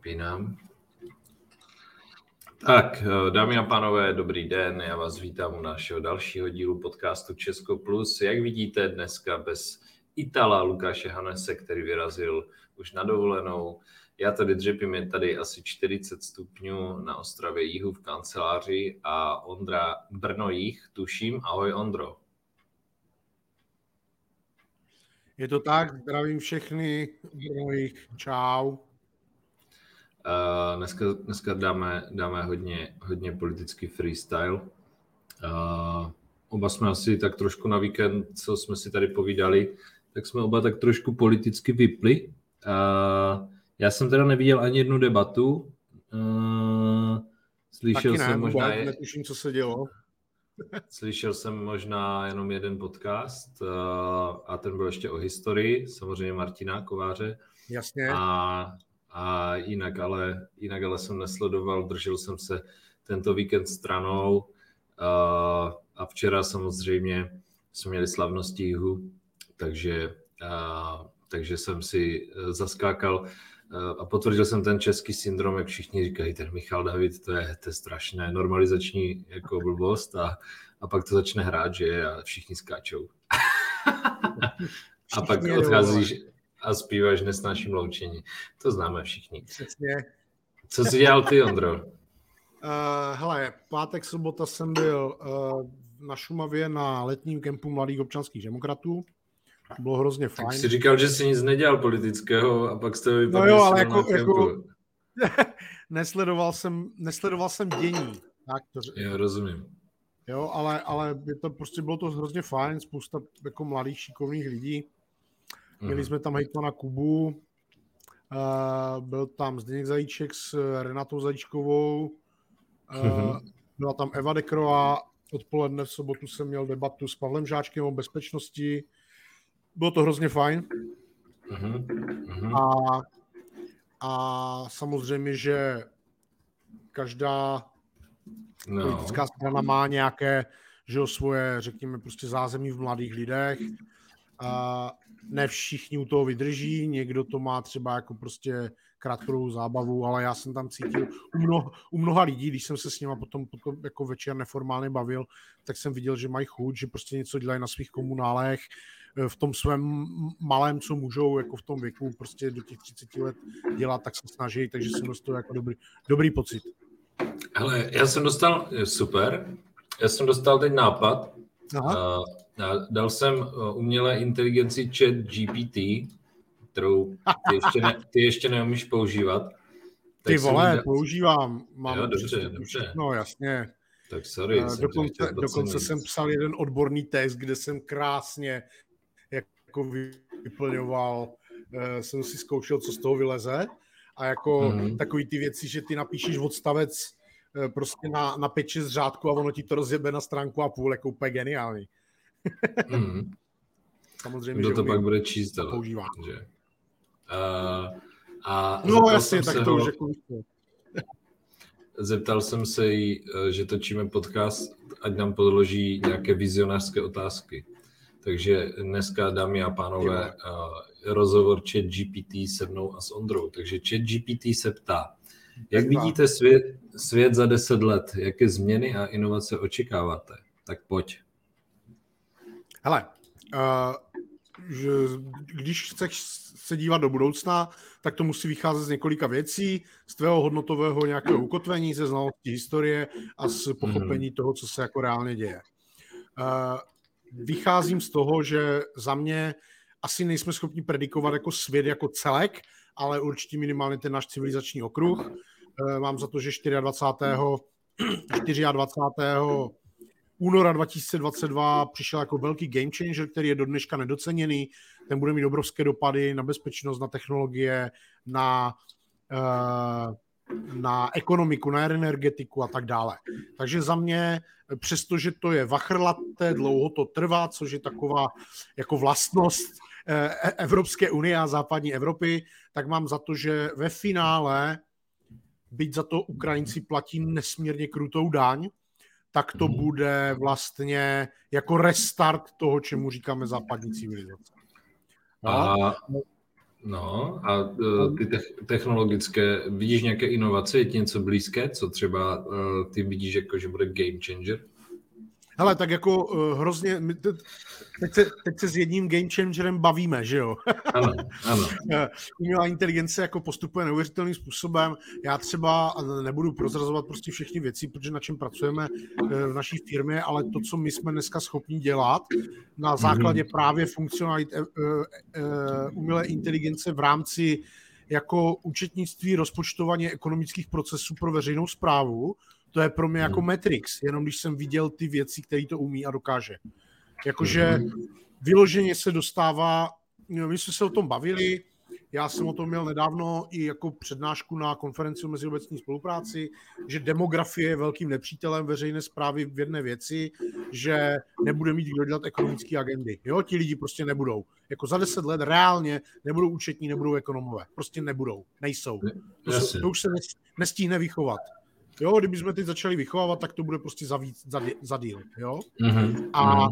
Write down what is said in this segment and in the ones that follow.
Zapínám. Tak, dámy a pánové, dobrý den, já vás vítám u našeho dalšího dílu podcastu Česko Plus. Jak vidíte, dneska bez Itala Lukáše Hanese, který vyrazil už na dovolenou. Já tady dřepím, je tady asi 40 stupňů na Ostravě Jihu v kanceláři a Ondra Brno Jih, tuším. Ahoj Ondro. Je to tak, zdravím všechny, Brno Jih, čau. Dneska dáme hodně politický freestyle. Oba jsme asi tak trošku na víkend, co jsme si tady povídali, tak jsme oba tak trošku politicky vypli. Já jsem teda neviděl ani jednu debatu. Netuším, co se dělo. Slyšel jsem možná jenom jeden podcast a ten byl ještě o historii, samozřejmě Martina Kováře. Jasně. A jinak ale jsem nesledoval, držel jsem se tento víkend stranou a včera samozřejmě jsme měli slavnosti Jihu, takže jsem si zaskákal a potvrdil jsem ten český syndrom, jak všichni říkají, ten Michal David, to je strašné normalizační jako blbost a pak to začne hrát, že a všichni skáčou. A pak odcházíš a zpíváš Nesnáším loučení. To známe všichni. Přesně. Co jsi dělal ty, Ondro? Hele, pátek, sobota jsem byl na Šumavě na letním kempu Mladých občanských demokratů. Bylo hrozně fajn. Tak jsi říkal, že jsi nic nedělal politického a pak jste vypadli. No jo, ale jako nesledoval jsem dění. Tak to jo, rozumím. Jo, ale bylo to hrozně fajn, spousta jako mladých šikovných lidí. Měli jsme tam hejtmana Kubu, byl tam Zdeněk Zajíček s Renatou Zajíčkovou, byla tam Eva Dekrová, odpoledne v sobotu jsem měl debatu s Pavlem Žáčkem o bezpečnosti. Bylo to hrozně fajn. A samozřejmě, že každá politická strana má nějaké, že svoje, řekněme, prostě zázemí v mladých lidech. Ne všichni u toho vydrží, někdo to má třeba jako prostě krátkodobou zábavu, ale já jsem tam cítil u mnoha lidí, když jsem se s nima potom jako večer neformálně bavil, tak jsem viděl, že mají chuť, že prostě něco dělají na svých komunálech, v tom svém malém, co můžou, jako v tom věku, prostě do těch 30 let dělat, tak se snaží, takže jsem dostal jako dobrý pocit. Hele, já jsem dostal teď nápad. Dal jsem umělé inteligenci ChatGPT, kterou ty ještě neumíš používat. Ty vole, používám. Mám dobře. No jasně. Tak sorry. Dokonce jsem psal jeden odborný text, kde jsem krásně jako vyplňoval, jsem si zkoušel, co z toho vyleze. A jako takový ty věci, že ty napíšeš odstavec prostě na 5-6 řádku a ono ti to rozjebe na stránku a půl, jako úplně geniální. Samozřejmě, kdo to pak bude číst, používá. Že? No jasně, tak to už jako... Zeptal jsem se jí, že točíme podcast, ať nám podloží nějaké vizionářské otázky. Takže dneska, dámy a pánové, rozhovor ChatGPT se mnou a s Ondrou. Takže ChatGPT se ptá, jak vidíte svět za 10 let? Jaké změny a inovace očekáváte? Tak pojď. Hele, když chceš se dívat do budoucna, tak to musí vycházet z několika věcí, z tvého hodnotového nějakého ukotvení, ze znalosti historie a z pochopení toho, co se jako reálně děje. Vycházím z toho, že za mě asi nejsme schopni predikovat jako svět jako celek, ale určitě minimálně ten náš civilizační okruh. Mám za to, že 24. února 2022 přišel jako velký game changer, který je do dneška nedoceněný. Ten bude mít obrovské dopady na bezpečnost, na technologie, na ekonomiku, na energetiku a tak dále. Takže za mě, přestože to je vachrlaté, dlouho to trvá, což je taková jako vlastnost Evropské unie a západní Evropy, tak mám za to, že ve finále, byť za to Ukrajinci platí nesmírně krutou daň, tak to bude vlastně jako restart toho, čemu říkáme západní civilizace. No a ty technologické, vidíš nějaké inovace, je ti něco blízké, co třeba ty vidíš jako, že bude game changer? Hele, tak jako hrozně, teď se s jedním game changerem bavíme, že jo? Ano. Umělá inteligence jako postupuje neuvěřitelným způsobem. Já třeba nebudu prozrazovat prostě všechny věci, protože na čem pracujeme v naší firmě, ale to, co my jsme dneska schopni dělat na základě právě funkcionalit umělé inteligence v rámci jako účetnictví, rozpočtování ekonomických procesů pro veřejnou správu, to je pro mě jako Matrix, jenom když jsem viděl ty věci, které to umí a dokáže. Jakože vyloženě se dostává, my jsme se o tom bavili, já jsem o tom měl nedávno i jako přednášku na konferenci o meziobecní spolupráci, že demografie je velkým nepřítelem veřejné správy v jedné věci, že nebude mít kdo dělat ekonomické agendy. Jo, ti lidi prostě nebudou. Jako za 10 let reálně nebudou účetní, nebudou ekonomové. Prostě nebudou, nejsou. To už se nestíhne vychovat. Jo, kdybychom teď začali vychovávat, tak to bude prostě za díl, jo? A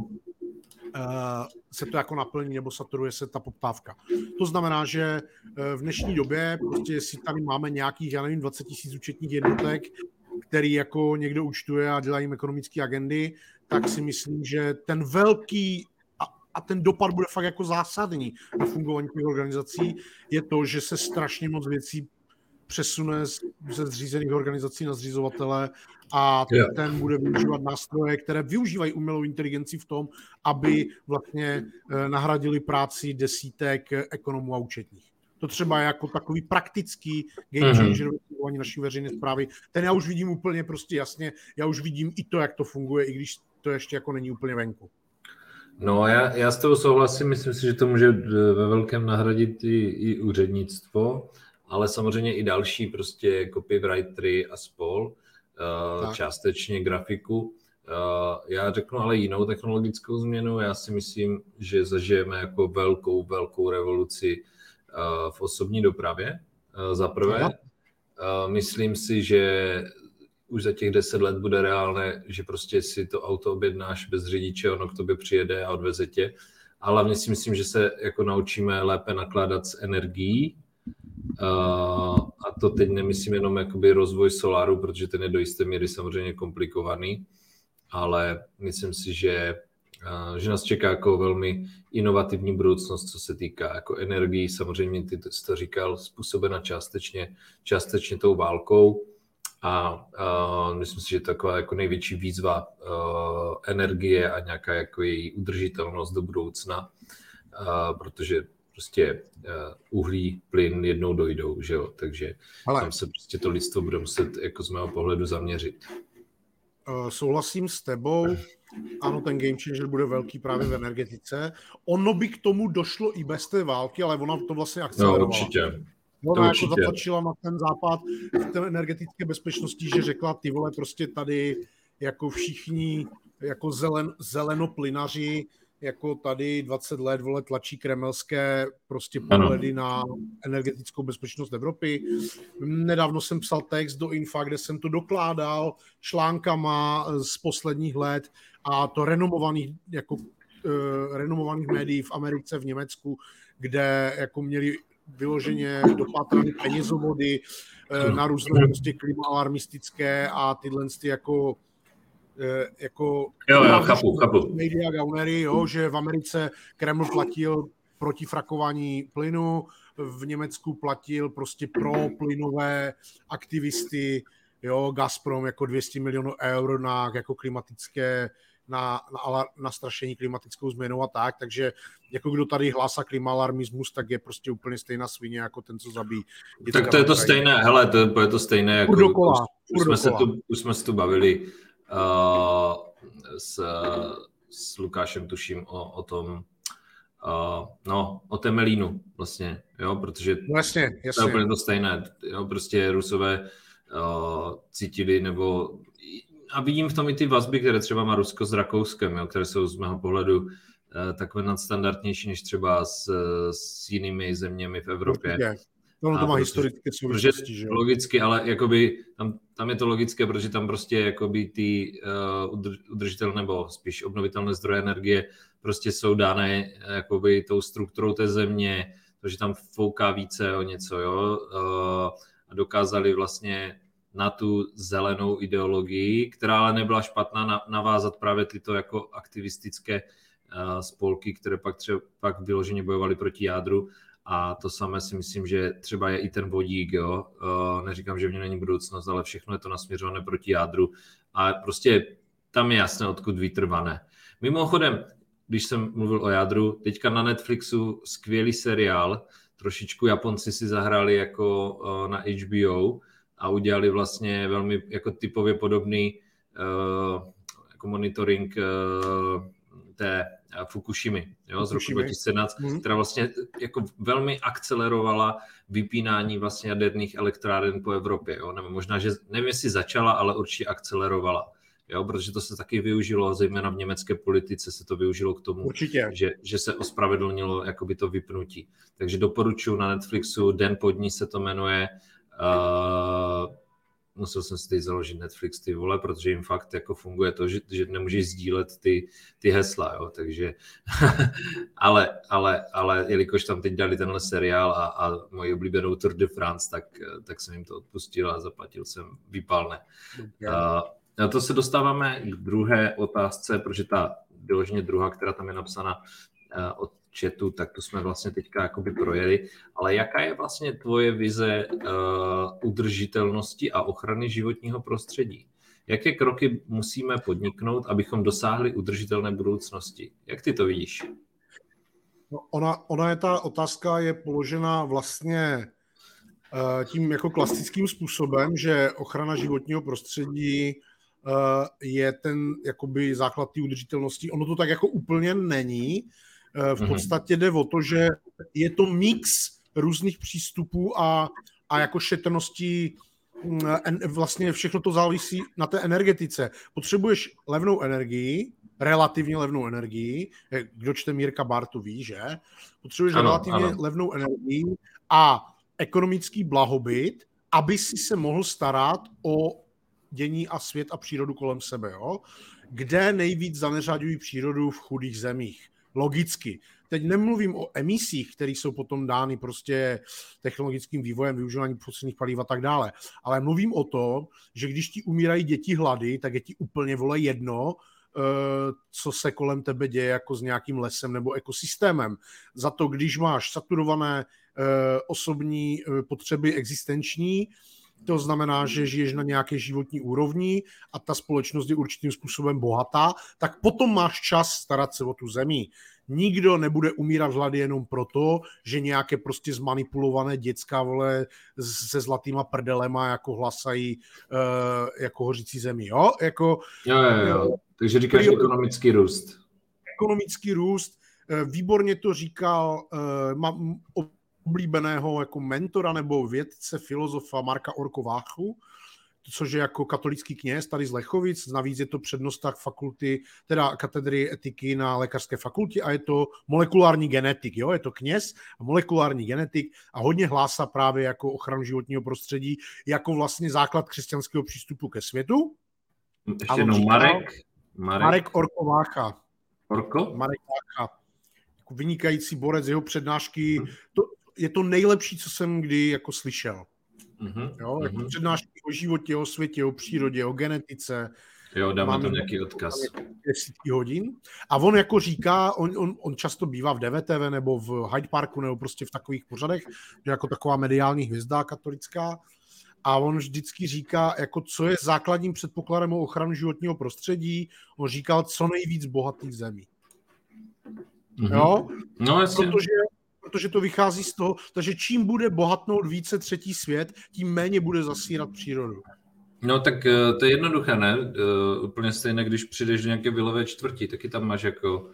se to jako naplní nebo saturuje se ta poptávka. To znamená, že v dnešní době prostě jestli tady máme nějakých, já nevím, 20 000 účetních jednotek, který jako někdo účtuje a dělají ekonomické agendy, tak si myslím, že ten velký a ten dopad bude fakt jako zásadní na fungování těch organizací, je to, že se strašně moc věcí přesune ze zřízených organizací na zřizovatele a ten bude využívat nástroje, které využívají umělou inteligenci v tom, aby vlastně nahradili práci desítek ekonomů a účetních. To třeba je jako takový praktický game changer ve fungování naší veřejné správy. Ten já už vidím úplně prostě jasně, já už vidím i to, jak to funguje, i když to ještě jako není úplně venku. No, já s tebou souhlasím, myslím si, že to může ve velkém nahradit i úřednictvo, ale samozřejmě i další prostě copywritery a spol, částečně grafiku. Já řeknu ale jinou technologickou změnu. Já si myslím, že zažijeme jako velkou revoluci v osobní dopravě. Za prvé, myslím si, že už za těch 10 let bude reálné, že prostě si to auto objednáš bez řidiče, ono k tobě přijede a odveze tě. Ale hlavně si myslím, že se jako naučíme lépe nakládat s energií. A to teď nemyslím jenom jakoby rozvoj soláru, protože ten je do jisté míry samozřejmě komplikovaný, ale myslím si, že nás čeká jako velmi inovativní budoucnost, co se týká jako energií. Samozřejmě ty jsi to říkal, způsobena částečně tou válkou a myslím si, že taková jako největší výzva energie a nějaká jako její udržitelnost do budoucna, protože prostě uhlí, plyn jednou dojdou, že jo, takže tam se prostě to lidstvo bude muset jako z mého pohledu zaměřit. Souhlasím s tebou, ano, ten game changer bude velký právě v energetice. Ono by k tomu došlo i bez té války, ale ona to vlastně akcelerovala. No, určitě. Ona jako zatlačila na ten západ v té energetické bezpečnosti, že řekla, ty vole, prostě tady jako všichni jako zelenoplynaři, jako tady 20 let, vole, tlačí kremelské prostě pohledy na energetickou bezpečnost Evropy. Nedávno jsem psal text do Infa, kde jsem to dokládal článkama z posledních let a to renomovaných médií v Americe, v Německu, kde jako měli vyloženě dopátrané penězovody na různé prostě klimaalarmistické a tyhle jako chápu. Media gaunery, jo, že v Americe Kreml platil proti frakování plynu, v Německu platil prostě pro plynové aktivisty, jo, Gazprom jako 200 milionů eur na jako klimatické na strašení klimatickou změnou a tak, takže jako kdo tady hlásá klimaalarmismus, tak je prostě úplně stejná svině jako ten, co zabíjí. Tak to je to stejné, hele, to je to stejné, jako už jsme se tu bavili s Lukášem, tuším, o tom, o Temelínu vlastně, jo, protože jasně. To je úplně to stejné, jo, prostě Rusové cítili, nebo a vidím v tom i ty vazby, které třeba má Rusko s Rakouskem, jo, které jsou z mého pohledu takové nadstandardnější než třeba s jinými zeměmi v Evropě. No, to má historické souvislosti, že jo? Logicky, ale jakoby tam je to logické, protože tam prostě jakoby ty udržitelné nebo spíš obnovitelné zdroje energie prostě jsou dané jakoby tou strukturou té země, protože tam fouká více o něco, jo, a dokázali vlastně na tu zelenou ideologii, která ale nebyla špatná, navázat právě tyto jako aktivistické spolky, které pak vyloženě bojovaly proti jádru. A to samé si myslím, že třeba je i ten vodík, jo. Neříkám, že v něm není budoucnost, ale všechno je to nasměřované proti jádru. A prostě tam je jasné, odkud vytrvané. Mimochodem, když jsem mluvil o jádru, teďka na Netflixu skvělý seriál, trošičku Japonci si zahráli jako na HBO a udělali vlastně velmi jako typově podobný jako monitoring té Fukushimy, jo, z roku 2017, která vlastně jako velmi akcelerovala vypínání vlastně jaderných elektráren po Evropě. Jo. Možná, že nevím, jestli začala, ale určitě akcelerovala. Jo, protože to se taky využilo, zejména v německé politice se to využilo k tomu, že se ospravedlnilo jakoby to vypnutí. Takže doporučuji na Netflixu, Den pod ní se to jmenuje. Musel jsem si teď založit Netflix, ty vole, protože jim fakt jako funguje to, že nemůžeš sdílet ty hesla, jo, takže ale jelikož tam teď dali tenhle seriál a moji oblíbenou Tour de France, tak jsem jim to odpustil a zaplatil jsem výpalné. A to se dostáváme k druhé otázce, protože ta vyloženě druhá, která tam je napsána od chatu, tak to jsme vlastně teďka jakoby projeli. Ale jaká je vlastně tvoje vize udržitelnosti a ochrany životního prostředí? Jaké kroky musíme podniknout, abychom dosáhli udržitelné budoucnosti? Jak ty to vidíš? No, ta otázka je položena vlastně tím jako klasickým způsobem, že ochrana životního prostředí je ten jakoby základ té udržitelnosti. Ono to tak jako úplně není. V podstatě jde o to, že je to mix různých přístupů a jako šetrností, vlastně všechno to závisí na té energetice. Potřebuješ levnou energii, relativně levnou energii, kdo čte Mírka Bartu ví, že? Potřebuješ relativně levnou energii a ekonomický blahobyt, aby si se mohl starat o dění a svět a přírodu kolem sebe. Jo? Kde nejvíc zaneřaďují přírodu v chudých zemích? Logicky. Teď nemluvím o emisích, které jsou potom dány prostě technologickým vývojem, využívání fosilních paliv a tak dále, ale mluvím o tom, že když ti umírají děti hlady, tak je ti úplně vole jedno, co se kolem tebe děje jako s nějakým lesem nebo ekosystémem. Za to, když máš saturované osobní potřeby existenční, to znamená, že žiješ na nějaké životní úrovni a ta společnost je určitým způsobem bohatá, tak potom máš čas starat se o tu zemi. Nikdo nebude umírat hlady jenom proto, že nějaké prostě zmanipulované děcka, vole, se zlatýma prdelema jako hlasají jako hořící zemi. Jo? Jo. Takže říkáš ekonomický růst. Ekonomický růst. Výborně to říkal oblíbeného jako mentora nebo vědce, filozofa Marka Orko-Váchu, což je jako katolický kněz tady z Lechovic, navíc je to přednosták fakulty, teda katedry etiky na lékařské fakultě a je to molekulární genetik, jo, je to kněz a molekulární genetik a hodně hlásá právě jako ochranu životního prostředí, jako vlastně základ křesťanského přístupu ke světu. Ještě jednou Marek Orko-Vácha. Orko? Marek Vácha. Jako vynikající borec, jeho přednášky, je to nejlepší, co jsem kdy jako slyšel. Jo, jako přednášky o životě, o světě, o přírodě, o genetice. Jo, dáme tam nějaký odkaz. 10 hodin. A on jako říká, on často bývá v DVTV nebo v Hyde Parku nebo prostě v takových pořadech, že jako taková mediální hvězda katolická. A on vždycky říká, jako co je základním předpokladem o ochranu životního prostředí. On říkal, co nejvíc bohatých zemí. Jo? No, protože to vychází z toho, takže čím bude bohatnout více třetí svět, tím méně bude zasírat přírodu. No tak to je jednoduché, ne? Úplně stejné, když přijdeš do nějaké vilové čtvrti, taky tam máš jako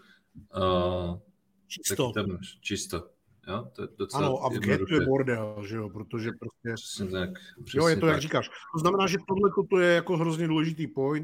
čisto. Taky tam máš čisto. Jo? To je docela ano, a v getu je bordel, že jo, protože prostě... Přesně tak. Jo, je to, jak říkáš. To znamená, že tohle je jako hrozně důležitý point.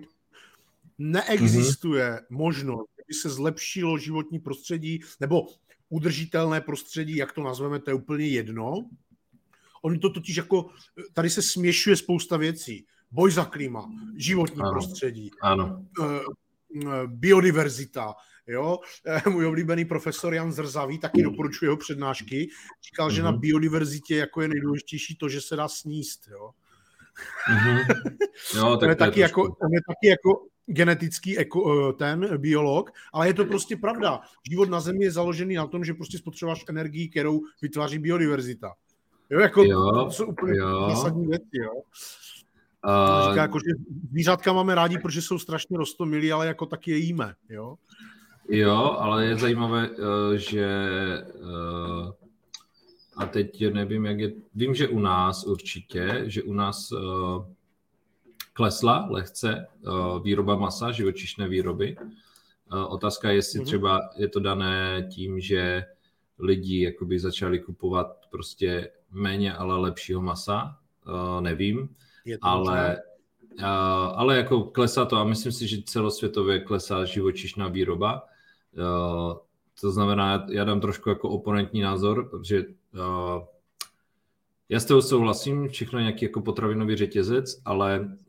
Neexistuje možnost, aby se zlepšilo životní prostředí, nebo udržitelné prostředí, jak to nazveme, to je úplně jedno. Oni to totiž jako, tady se směšuje spousta věcí. Boj za klima, životní prostředí, ano. Biodiverzita, Jo? Můj oblíbený profesor Jan Zrzavý, taky doporučuje jeho přednášky, říkal, že na biodiverzitě jako je nejdůležitější to, že se dá sníst. Jo? Jo, on je taky jako genetický biolog, ale je to prostě pravda. Život na Zemi je založený na tom, že prostě spotřebuješ energii, kterou vytváří biodiverzita. Jo, jako to jsou úplně zásadní věci, jo. Říká, jako, že zvířátka máme rádi, protože jsou strašně roztomilí, ale jako taky je jíme, jo. Jo, ale je zajímavé, že a teď nevím, jak je, vím, že u nás určitě, že u nás klesla lehce výroba masa, živočišné výroby. Otázka je, jestli třeba je to dané tím, že lidi jakoby začali kupovat prostě méně, ale lepšího masa, nevím, ale jako klesá to a myslím si, že celosvětově klesá živočišná výroba. To znamená, já dám trošku jako oponentní názor, protože já s tebou souhlasím, všechno nějaký jako potravinový řetězec, ale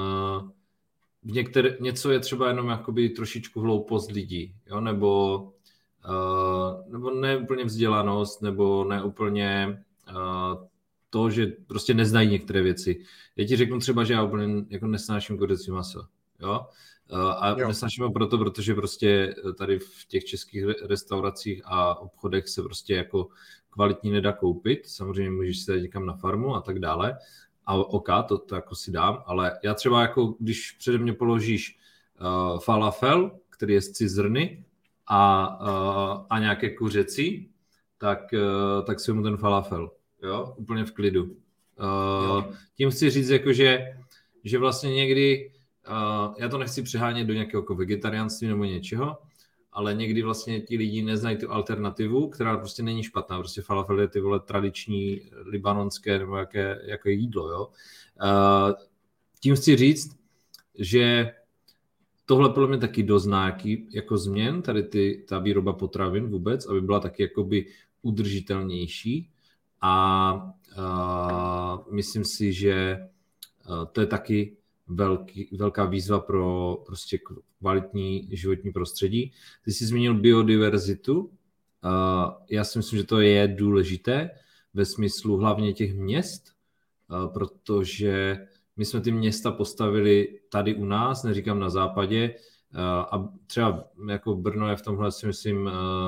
něco je třeba jenom jakoby trošičku hloupost lidí, jo? Nebo ne úplně vzdělanost, nebo ne úplně to, že prostě neznají některé věci. Já ti řeknu třeba, že já úplně jako nesnáším kuřecí maso, jo? Nesnáším ho protože prostě tady v těch českých restauracích a obchodech se prostě jako kvalitní nedá koupit. Samozřejmě můžeš si dát někam na farmu a tak dále. A to jako si dám, ale já třeba jako, když přede mě položíš falafel, který je z cizrny a nějaké kuřecí, tak si mu ten falafel, jo, úplně v klidu. Tím chci říct, jako, že vlastně někdy, já to nechci přehánět do nějakého jako vegetariánství nebo něčeho, ale někdy vlastně ti lidi neznají tu alternativu, která prostě není špatná. Prostě falafel je ty vole tradiční libanonské nebo jaké jídlo, jo. Tím chci říct, že tohle podle mě taky dozná jako změn, tady ta výroba potravin vůbec, aby byla taky jakoby udržitelnější a myslím si, že to je taky velká výzva pro prostě kvalitní životní prostředí. Ty jsi zmínil biodiverzitu. Já si myslím, že to je důležité ve smyslu hlavně těch měst, protože my jsme ty města postavili tady u nás, neříkám na západě, a třeba jako Brno je v tomhle si myslím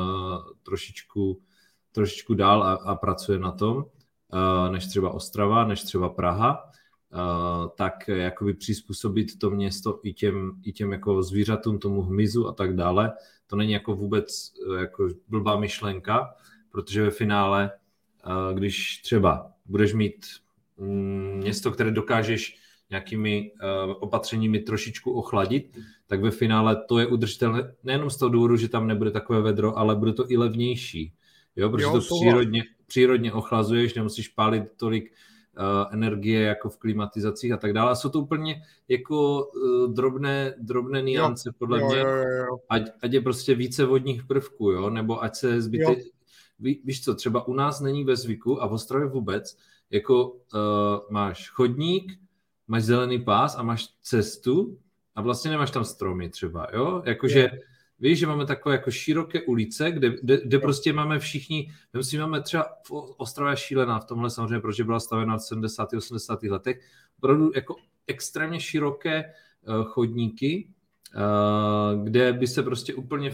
trošičku dál a pracuje na tom, než třeba Ostrava, než třeba Praha, tak jakoby přizpůsobit to město i těm jako zvířatům, tomu hmyzu a tak dále. To není jako vůbec jako blbá myšlenka, protože ve finále, když třeba budeš mít město, které dokážeš nějakými opatřeními trošičku ochladit, tak ve finále to je udržitelné nejenom z toho důvodu, že tam nebude takové vedro, ale bude to i levnější. Jo, protože to přírodně ochlazuješ, nemusíš pálit tolik energie jako v klimatizacích a tak dále. A jsou to úplně jako drobné niance podle mě. Ať je prostě více vodních prvků, jo, nebo ať se víš co, třeba u nás není ve zvyku a v Ostravě vůbec, jako máš chodník, máš zelený pás a máš cestu a vlastně nemáš tam stromy třeba, jo, jakože víš, že máme takové jako široké ulice, kde prostě máme všichni, máme třeba v Ostravě šílená v tomhle samozřejmě, protože byla stavěna v 70. 80. letech, opravdu jako extrémně široké chodníky, kde by se prostě úplně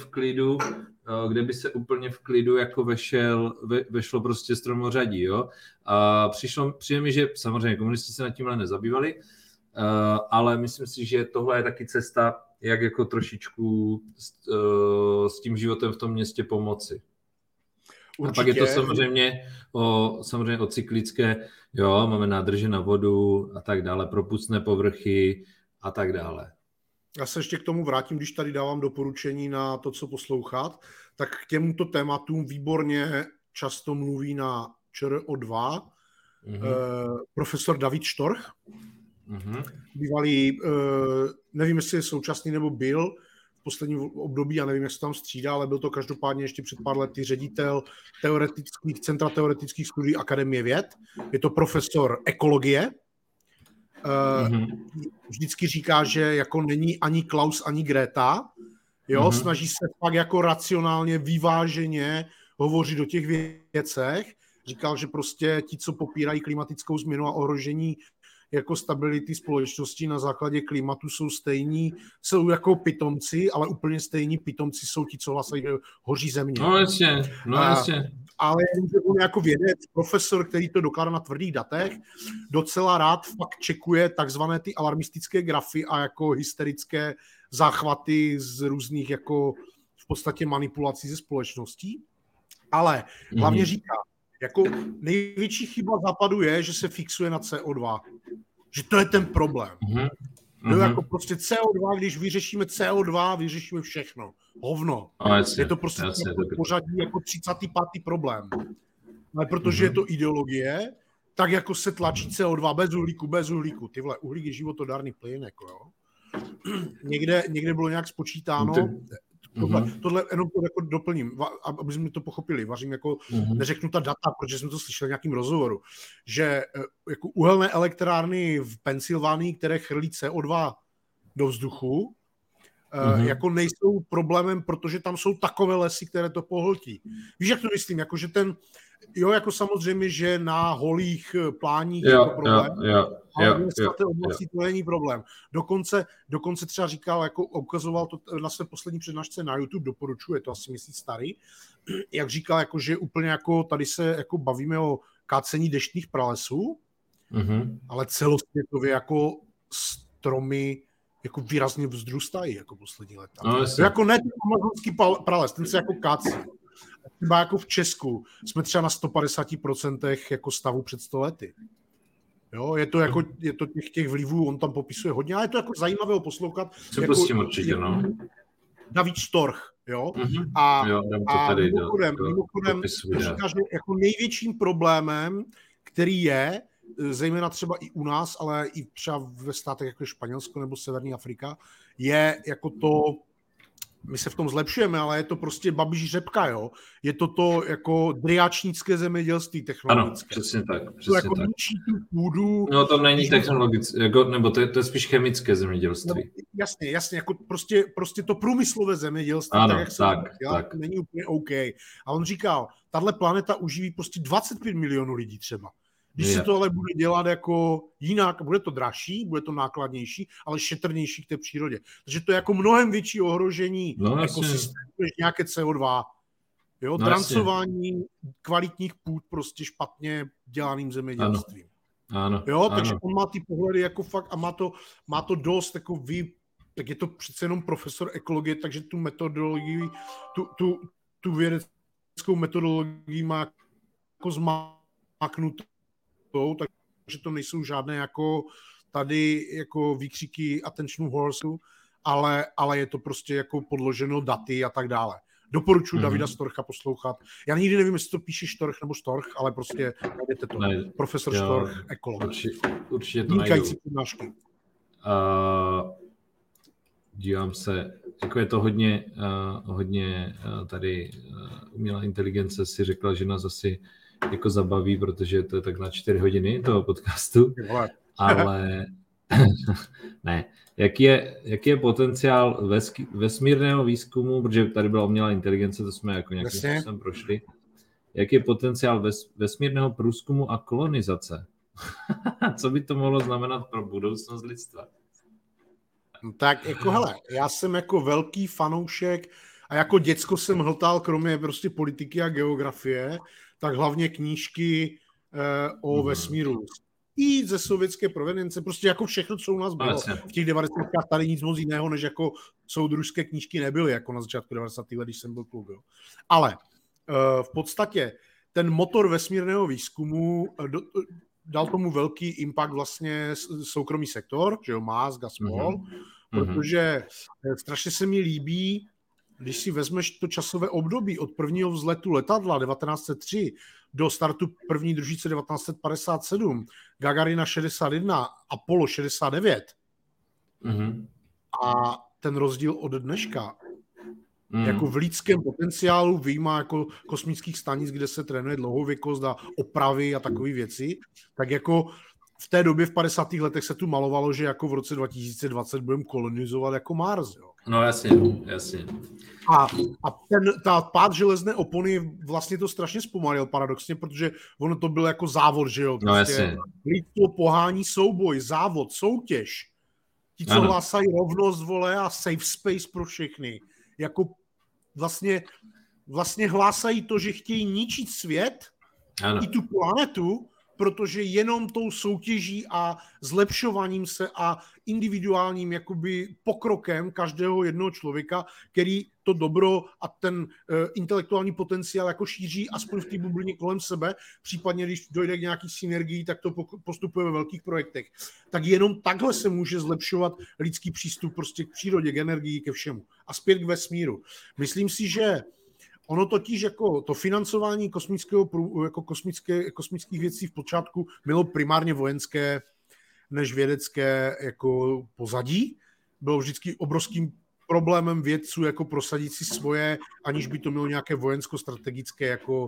v klidu jako vešlo prostě stromořadí, jo. A přijde mi, že samozřejmě komunisti se nad tímhle nezabývali, ale myslím si, že tohle je taky cesta, jak jako trošičku s tím životem v tom městě pomoci. Určitě. A pak je to samozřejmě o cyklické, jo, máme nádrže na vodu a tak dále, propustné povrchy a tak dále. Já se ještě k tomu vrátím, když tady dávám doporučení na to, co poslouchat, tak k těmto tématům výborně často mluví na ČRO2 profesor David Štorch, bývalý, nevím, jestli je současný nebo byl v posledním období, já nevím, jak se tam střídá, ale byl to každopádně ještě před pár lety ředitel Centra teoretických studií Akademie věd. Je to profesor ekologie. Vždycky říká, že jako není ani Klaus, ani Greta, Jo, snaží se fakt jako racionálně, vyváženě hovořit o těch věcech. Říkal, že prostě ti, co popírají klimatickou změnu a ohrožení jako stability společnosti na základě klimatu, jsou jako pitomci, ale úplně stejní pitomci jsou ti, co hlasají, že hoří země. No jasně. Ale on jako vědec, profesor, který to dokládá na tvrdých datech, docela rád fakt čekuje takzvané ty alarmistické grafy a jako hysterické záchvaty z různých jako v podstatě manipulací ze společností. Ale hlavně říká, jako největší chyba Západu je, že se fixuje na CO2. Že to je ten problém. No, jako prostě CO2, když vyřešíme CO2, vyřešíme všechno. Hovno. Je to prostě pořadí jako 35. problém. Ale protože je to ideologie, tak jako se tlačí CO2 bez uhlíku. Ty vole, uhlík je životodárný plyn, jako jo. Někde bylo nějak spočítáno, tohle jenom to jako doplním, aby jsme to pochopili, vařím jako, neřeknu ta data, protože jsme to slyšeli v nějakým rozhovoru, že jako uhelné elektrárny v Pensylvánii, které chrlí CO2 do vzduchu, jako nejsou problémem, protože tam jsou takové lesy, které to pohltí. Víš, jak to myslím? Jako, že jako samozřejmě, že na holých pláních je to problém, ale v té oblasti to není problém. Dokonce třeba říkal, jako ukazoval to na své poslední přednášce na YouTube, doporučuje, to asi měsíc starý, jak říkal, jako, že úplně jako tady se jako bavíme o kácení deštných pralesů, ale celosvětově jako stromy jako výrazně vzrůstají jako poslední léta. No, jako ne ten amazonský prales, ten se jako kácí. Třeba jako v Česku jsme třeba na 150% jako stavu před 100 lety. Jo, je to těch vlivů, on tam popisuje hodně, ale je to jako zajímavé ho poslouchat. Co jako, pustím určitě, no. David Storch, jo. A mimochodem říká, že jako největším problémem, který je, zejména třeba i u nás, ale i třeba ve státech jako Španělsko nebo Severní Afrika, je jako to, my se v tom zlepšujeme, ale je to prostě babíží řepka, jo. Je to jako driáčnické zemědělství technologické. Ano, přesně tak. To jako ničí tu půdu. No to není technologické, jako, nebo to je spíš chemické zemědělství. No, jasně, jako prostě to průmyslové zemědělství, ano, tak není úplně OK. A on říkal, tahle planeta uživí prostě 25 milionů lidí třeba. Když se to ale bude dělat jako jinak, bude to dražší, bude to nákladnější, ale šetrnější k té přírodě. Takže to je jako mnohem větší ohrožení ekosystému než nějaké CO2. Jo, drancování kvalitních půd prostě špatně dělaným zemědělstvím. Ano. Jo, takže on má ty pohledy jako fakt a má to dost jako tak je to přece jenom profesor ekologie, takže tu metodologii, tu vědeckou metodologii má jako zmáknutou, takže to nejsou žádné jako tady jako výkřiky attention horseu, ale je to prostě jako podloženo daty a tak dále. Doporučuji Davida Storcha poslouchat. Já nikdy nevím, jestli to píše Storch nebo Storch, ale prostě najdete to. Profesor Storch, ekolog. Určitě to najdu. přednášky. Dívám se, jako je to hodně tady umělá inteligence si řekla, že nás asi jako zabaví, protože to je tak na 4 hodiny toho podcastu, ale ne. Jaký je potenciál vesmírného výzkumu, protože tady byla umělá inteligence, to jsme jako nějakým způsobem prošli. Jaký je potenciál vesmírného průzkumu a kolonizace? Co by to mohlo znamenat pro budoucnost lidstva? Tak jako hele, já jsem jako velký fanoušek a jako děcko jsem hltal kromě prostě politiky a geografie, tak hlavně knížky o vesmíru. I ze sovětské provenience, prostě jako všechno, co u nás bylo. V těch 90. tady nic moc jiného, než jako soudružské knížky nebyly, jako na začátku 90. let, když jsem byl kluk. Jo. Ale v podstatě ten motor vesmírného výzkumu dal tomu velký impact vlastně soukromý sektor, že jo, Musk a spol, protože strašně se mi líbí, když si vezmeš to časové období od prvního vzletu letadla 1903 do startu první družice 1957, Gagarina 61, Apollo 69 a ten rozdíl od dneška, jako v lidském potenciálu vyjma jako kosmických stanic, kde se trénuje dlouhověkost a opravy a takové věci, tak jako v té době v 50. letech se tu malovalo, že jako v roce 2020 budeme kolonizovat jako Mars. Jo. No jasně. A ta pád železné opony vlastně to strašně zpomalil paradoxně, protože ono to byl jako závod, že jo. No jasně. Lidstvo pohání souboj, závod, soutěž. Ti, co hlásají rovnost, vole, a safe space pro všechny. Jako vlastně hlásají to, že chtějí ničit svět i tu planetu, protože jenom tou soutěží a zlepšováním se a individuálním jakoby pokrokem každého jednoho člověka, který to dobro a ten intelektuální potenciál jako šíří aspoň v té bublině kolem sebe, případně když dojde k nějaký synergii, tak to postupuje ve velkých projektech. Tak jenom takhle se může zlepšovat lidský přístup prostě k přírodě, k energii, ke všemu. A zpět k vesmíru. Myslím si, že ono totiž jako to financování kosmických věcí v počátku bylo primárně vojenské než vědecké jako pozadí. Bylo vždycky obrovským problémem vědců jako prosadit si svoje, aniž by to mělo nějaké vojensko-strategické jako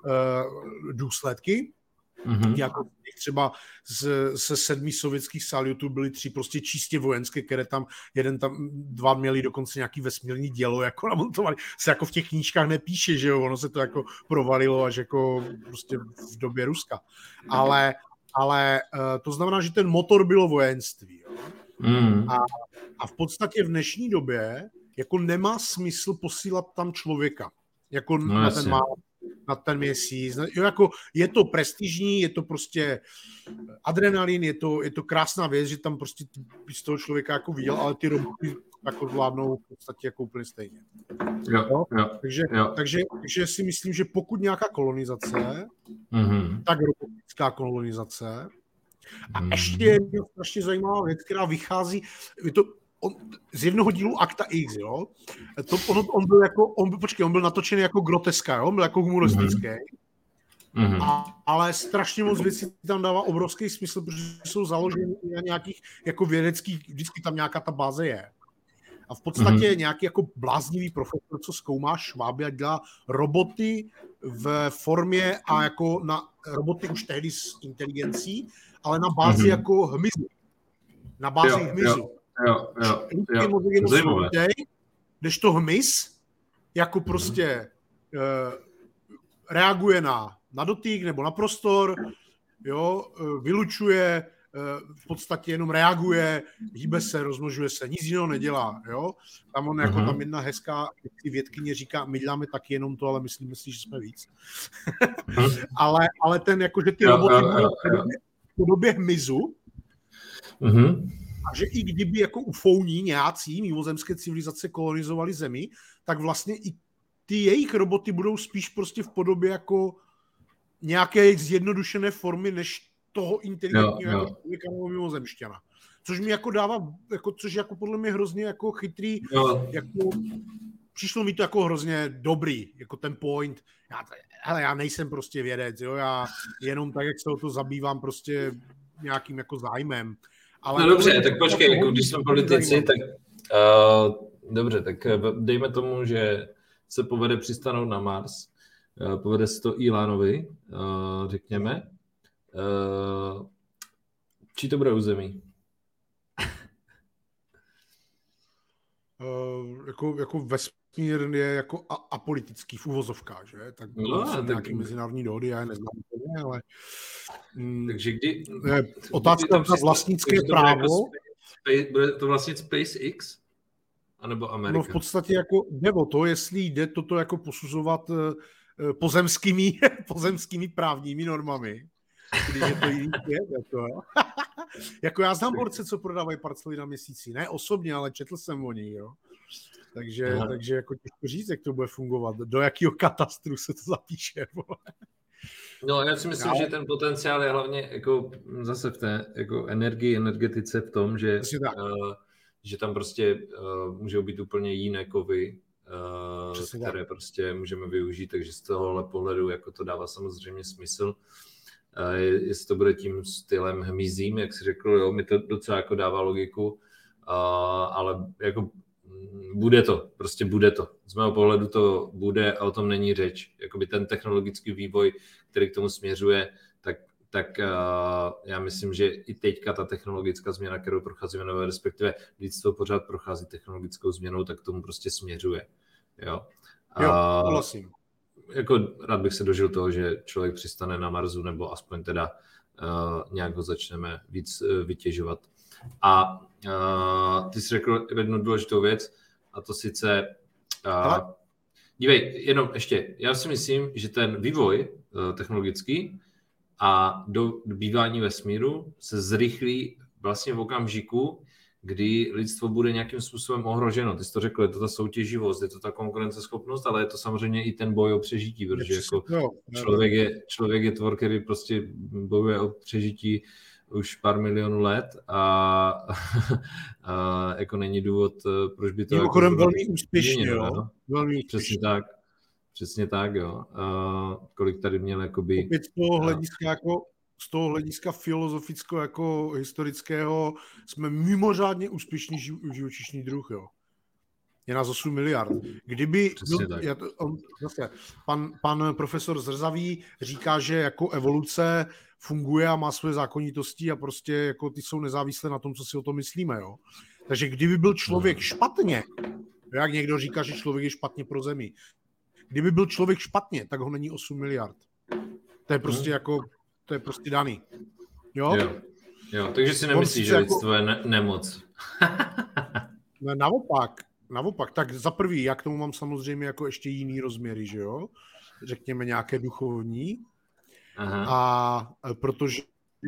důsledky. Jako třeba ze 7 sovětských saljutů byly 3 prostě čistě vojenské, které tam dva měli dokonce nějaký vesmírný dělo jako namontovali. Se jako v těch knížkách nepíše, že jo, ono se to jako provalilo až jako prostě v době Ruska. Ale to znamená, že ten motor bylo vojenství. Jo? A v podstatě v dnešní době jako nemá smysl posílat tam člověka. Jako na ten měsíc. Jo, jako je to prestižní, je to prostě adrenalin, je to krásná věc, že tam prostě z toho člověka jako viděl, ale ty roboty jako zvládnou v podstatě jako úplně stejně. Jo. Takže si myslím, že pokud nějaká kolonizace, tak robotická kolonizace. A ještě jedna strašně zajímavá věc, která vychází, z jednoho dílu Akta X, jo. On byl natočený jako groteska, jo, on byl jako humoristický. Ale strašně moc věcí tam dává obrovský smysl, protože jsou založeny na nějakých jako vědeckých, vždycky tam nějaká ta báze je. A v podstatě nějaký jako bláznivý profesor, co zkoumá šváby a dělá roboty v formě a jako na roboty už tehdy s inteligencí, ale na bázi jako hmyzu. Na bázi hmyzu. Jo. Když to hmyz jako prostě reaguje na dotyk nebo na prostor, jo, vylučuje, v podstatě jenom reaguje, hýbe se, rozmnožuje se, nic jiného nedělá, jo. Tam on jako tam jedna hezká vědkyně říká, my děláme taky jenom to, ale myslíme si, že jsme víc. ale ten jako, že ty roboty v podobě hmyzu, a že i kdyby jako ufouní nějací mimozemské civilizace kolonizovali Zemi, tak vlastně i ty jejich roboty budou spíš prostě v podobě jako nějaké zjednodušené formy, než toho inteligentního člověka nebo mimozemšťana. Což mi jako dává, což jako podle mě hrozně jako chytrý, jako přišlo mi to jako hrozně dobrý, jako ten point. Já nejsem prostě vědec, jo, já jenom tak, jak se o to zabývám prostě nějakým jako zájmem. Ale no dobře, tak počkej, jako když jsme politici, tak dobře, tak dejme tomu, že se povede přistanout na Mars, povede se to Elonovi, řekněme. Čí to bude území? Jako vesmír je jako apolitický v uvozovkách, že? Tak jsou nějaké mezinárodní dohody, já je neznám, ale... Takže kdy... Otázka na vlastnické právo... Bude to vlastně SpaceX? Anebo Amerika? No v podstatě jako jde o to, jestli jde toto jako posuzovat pozemskými právními normami. Když je to jiný svět, jako já znám borce, co prodávají parcely na měsíci. Ne osobně, ale četl jsem o nich, jo. Takže jako těžko říct, jak to bude fungovat. Do jakého katastru se to zapíše. No, já si myslím, že ten potenciál je hlavně jako zase v té jako energetice v tom, že tam prostě můžou být úplně jiné kovy, které prostě můžeme využít, takže z tohohle pohledu jako to dává samozřejmě smysl. Jestli to bude tím stylem hmyzím, jak jsi řekl, jo, mi to docela jako dává logiku, ale jako bude to. Z mého pohledu to bude a o tom není řeč. Jakoby ten technologický vývoj, který k tomu směřuje, tak tak já myslím, že i teďka ta technologická změna, kterou procházíme, nebo respektive lidstvo pořád prochází technologickou změnou, tak tomu prostě směřuje. Jo, souhlasím. Jako rád bych se dožil toho, že člověk přistane na Marsu, nebo aspoň teda nějak ho začneme víc vytěžovat. A ty jsi řekl jednu důležitou věc, a to sice... Dívej, jenom ještě, já si myslím, že ten vývoj technologický a do bývání vesmíru se zrychlí vlastně v okamžiku, kdy lidstvo bude nějakým způsobem ohroženo. Ty jsi to řekl, je to ta soutěživost, je to ta konkurenceschopnost, ale je to samozřejmě i ten boj o přežití, protože jako člověk je tvor, který prostě bojuje o přežití už pár milionů let a jako není důvod, proč by to... Mimochodem jako velmi úspěšně, jo. No? Velmi úspěšně. Přesně tak, jo. Kolik tady měl jakoby... Opět z toho hlediska filozofického jako historického jsme mimořádně úspěšný živočišný druh, jo. Je nás 8 miliard. Kdyby... Pan profesor Zrzavý říká, že jako evoluce funguje a má své zákonitosti a prostě jako ty jsou nezávislé na tom, co si o tom myslíme, jo. Takže kdyby byl člověk špatně, jak někdo říká, že člověk je špatně pro Zemi, kdyby byl člověk špatně, tak ho není 8 miliard. To je prostě jako, to je prostě daný. Jo, takže si nemyslíš, že lidstvo je nemoc. Naopak, tak za prvý, já k tomu mám samozřejmě jako ještě jiný rozměry, že jo, řekněme nějaké duchovní. Aha. A protože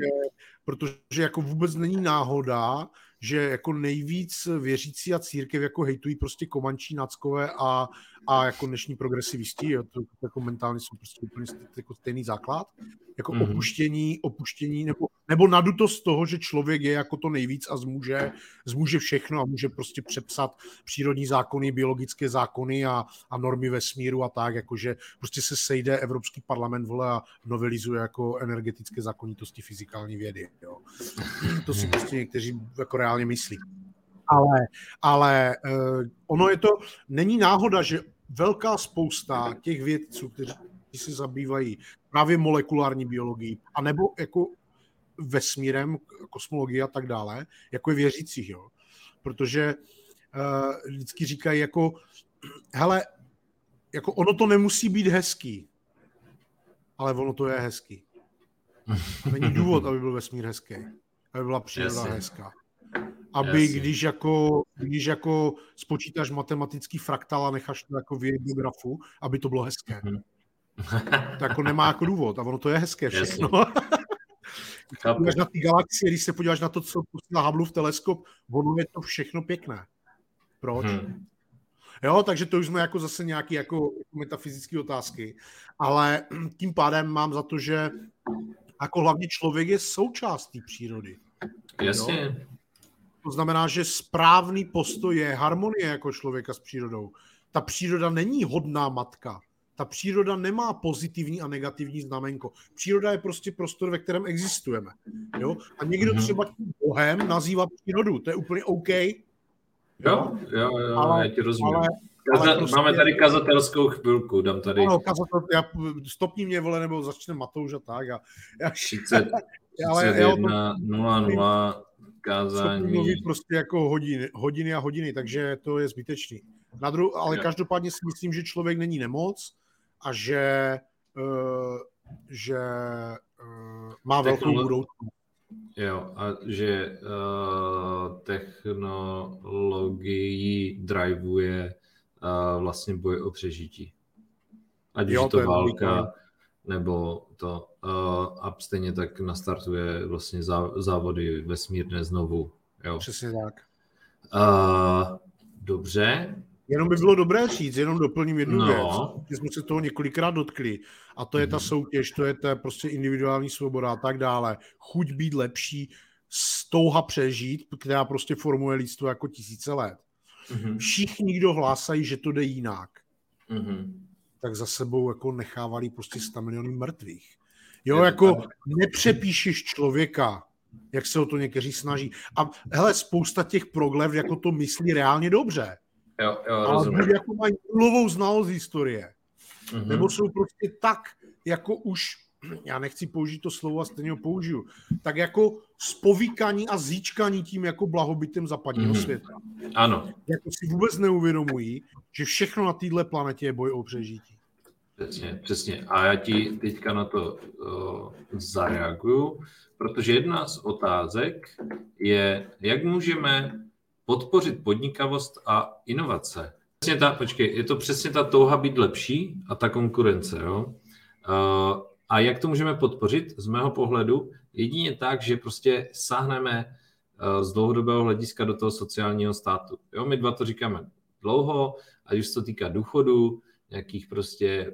jako vůbec není náhoda, že jako nejvíc věřící a církev jako hejtují prostě komančí, nackové a jako dnešní progresivisti, jo, to jako mentálně jsou prostě úplně jako stejný základ, jako opuštění nebo nadutost toho, že člověk je jako to nejvíc a zmůže všechno a může prostě přepsat přírodní zákony, biologické zákony a normy vesmíru a tak, jakože prostě se sejde Evropský parlament, vole, a novelizuje jako energetické zákonitosti fyzikální vědy, jo. To si prostě někteří jako reálně myslí. Ale ono je to, není náhoda, že velká spousta těch vědců, kteří se zabývají právě molekulární biologií, anebo jako vesmírem, kosmologií a tak dále, jako je věřících, jo. Protože vždycky říkají jako, hele, jako ono to nemusí být hezký, ale ono to je hezký. Není důvod, aby byl vesmír hezký, aby byla příroda hezká. Aby když jako spočítáš matematický fraktál a necháš to jako v grafu, aby to bylo hezké. To jako nemá jako důvod a ono to je hezké všechno. Když se podíváš na ty galaxie, když se podíváš na to, co posílá Hubbleův teleskop, ono je to všechno pěkné. Proč? Jo, takže to už jsme jako zase nějaké jako metafyzické otázky. Ale tím pádem mám za to, že jako hlavně člověk je součástí přírody. Jasně. Jo? To znamená, že správný postoj je harmonie jako člověka s přírodou. Ta příroda není hodná matka. Ta příroda nemá pozitivní a negativní znamenko. Příroda je prostě prostor, ve kterém existujeme. Jo? A někdo třeba tím Bohem nazývá přírodu. To je úplně OK. Jo, já ti rozumím. Prostě... Máme tady kazatelskou chvilku, dám tady... Ano, stopni mě, vole, nebo začne Matouš a tak. 31:00 kázání. Mluví prostě jako hodiny a hodiny, takže to je zbytečný. Ale každopádně si myslím, že člověk není nemoc a že má velkou budoucnost. Jo, a že technologii driveuje vlastně boj o přežití. Ať už je to válka, nebo to a stejně tak nastartuje vlastně závody vesmírné znovu. Jo. Přesně tak. Dobře. Jenom by bylo dobré říct, jenom doplním jednu věc. My jsme se toho několikrát dotkli. A to je ta soutěž, to je ta prostě individuální svoboda a tak dále. Chuť být lepší, touha přežít, která prostě formuje lidstvo jako tisíce let. Všichni, kdo hlásají, že to jde jinak, tak za sebou jako nechávali prostě 100 milionů mrtvých. Jo, jako nepřepíšeš člověka, jak se o to někteří snaží. A hele, spousta těch proglev jako to myslí reálně dobře. Jo, ale buď jako mají nulovou znalost historie. Nebo jsou prostě tak jako už já nechci použít to slovo a stejně ho použiju, tak jako spovíkaní a zíčkaní tím jako blahobytem západního světa. Ano. Jako si vůbec neuvědomují, že všechno na této planetě je boj o přežití. Přesně. A já ti teďka na to zareaguju, protože jedna z otázek je, jak můžeme podpořit podnikavost a inovace. Je to přesně ta touha být lepší a ta konkurence. Jo? A jak to můžeme podpořit? Z mého pohledu jedině tak, že prostě sáhneme z dlouhodobého hlediska do toho sociálního státu. Jo? My dva to říkáme dlouho, ať už se to týká důchodu, nějakých prostě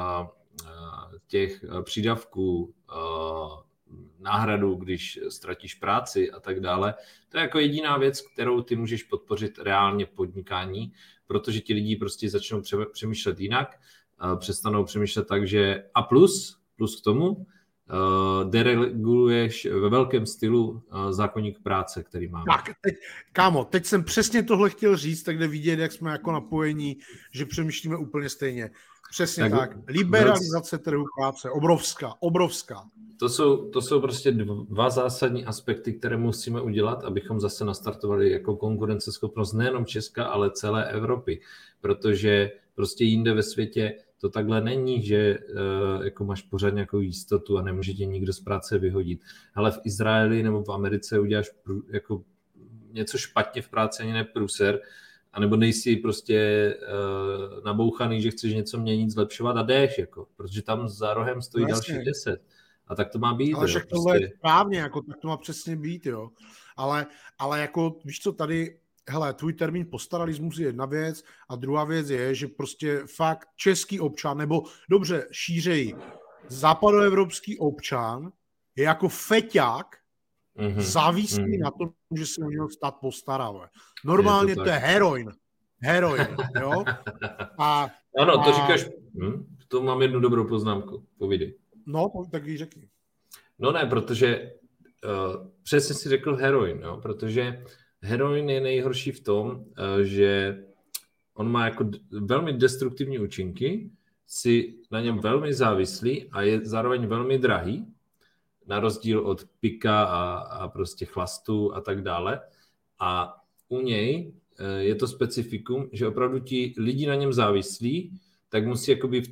těch přídavků, náhradu, když ztratíš práci a tak dále. To je jako jediná věc, kterou ty můžeš podpořit reálně podnikání, protože ti lidi prostě začnou přemýšlet jinak, přestanou přemýšlet tak, že a plus k tomu dereguluješ ve velkém stylu zákoník práce, který máme. Tak, teď jsem přesně tohle chtěl říct, tak jde vidět, jak jsme jako napojení, že přemýšlíme úplně stejně. Přesně tak. Liberalizace trhu práce, obrovská. To jsou prostě dva zásadní aspekty, které musíme udělat, abychom zase nastartovali jako konkurenceschopnost nejenom Česka, ale celé Evropy. Protože prostě jinde ve světě to takhle není, že jako máš pořád nějakou jistotu a nemůže tě nikdo z práce vyhodit. Ale v Izraeli nebo v Americe uděláš jako něco špatně v práci, ani ne průser, anebo nejsi prostě nabouchaný, že chceš něco měnit, zlepšovat a jdeš, jako, protože tam za rohem stojí dalších 10. A tak to má být. Ale však tohle je správně, jako, tak to má přesně být, jo. Ale jako, víš co, tady, hele, tvůj termín postaralismus je jedna věc a druhá věc je, že prostě fakt český občan, nebo dobře, šířeji, západoevropský občan je jako feťák závislý na tom, že se o něho stát postará. Normálně to je heroin, jo. Ano, to říkáš, to mám jednu dobrou poznámku, povídej. No, tak ji řekni. No ne, protože přesně si řekl heroin, jo? Protože heroin je nejhorší v tom, že on má jako velmi destruktivní účinky, si na něm velmi závislý a je zároveň velmi drahý, na rozdíl od pika a prostě chlastu a tak dále. A u něj je to specifikum, že opravdu ti lidi na něm závislí, tak musí jakoby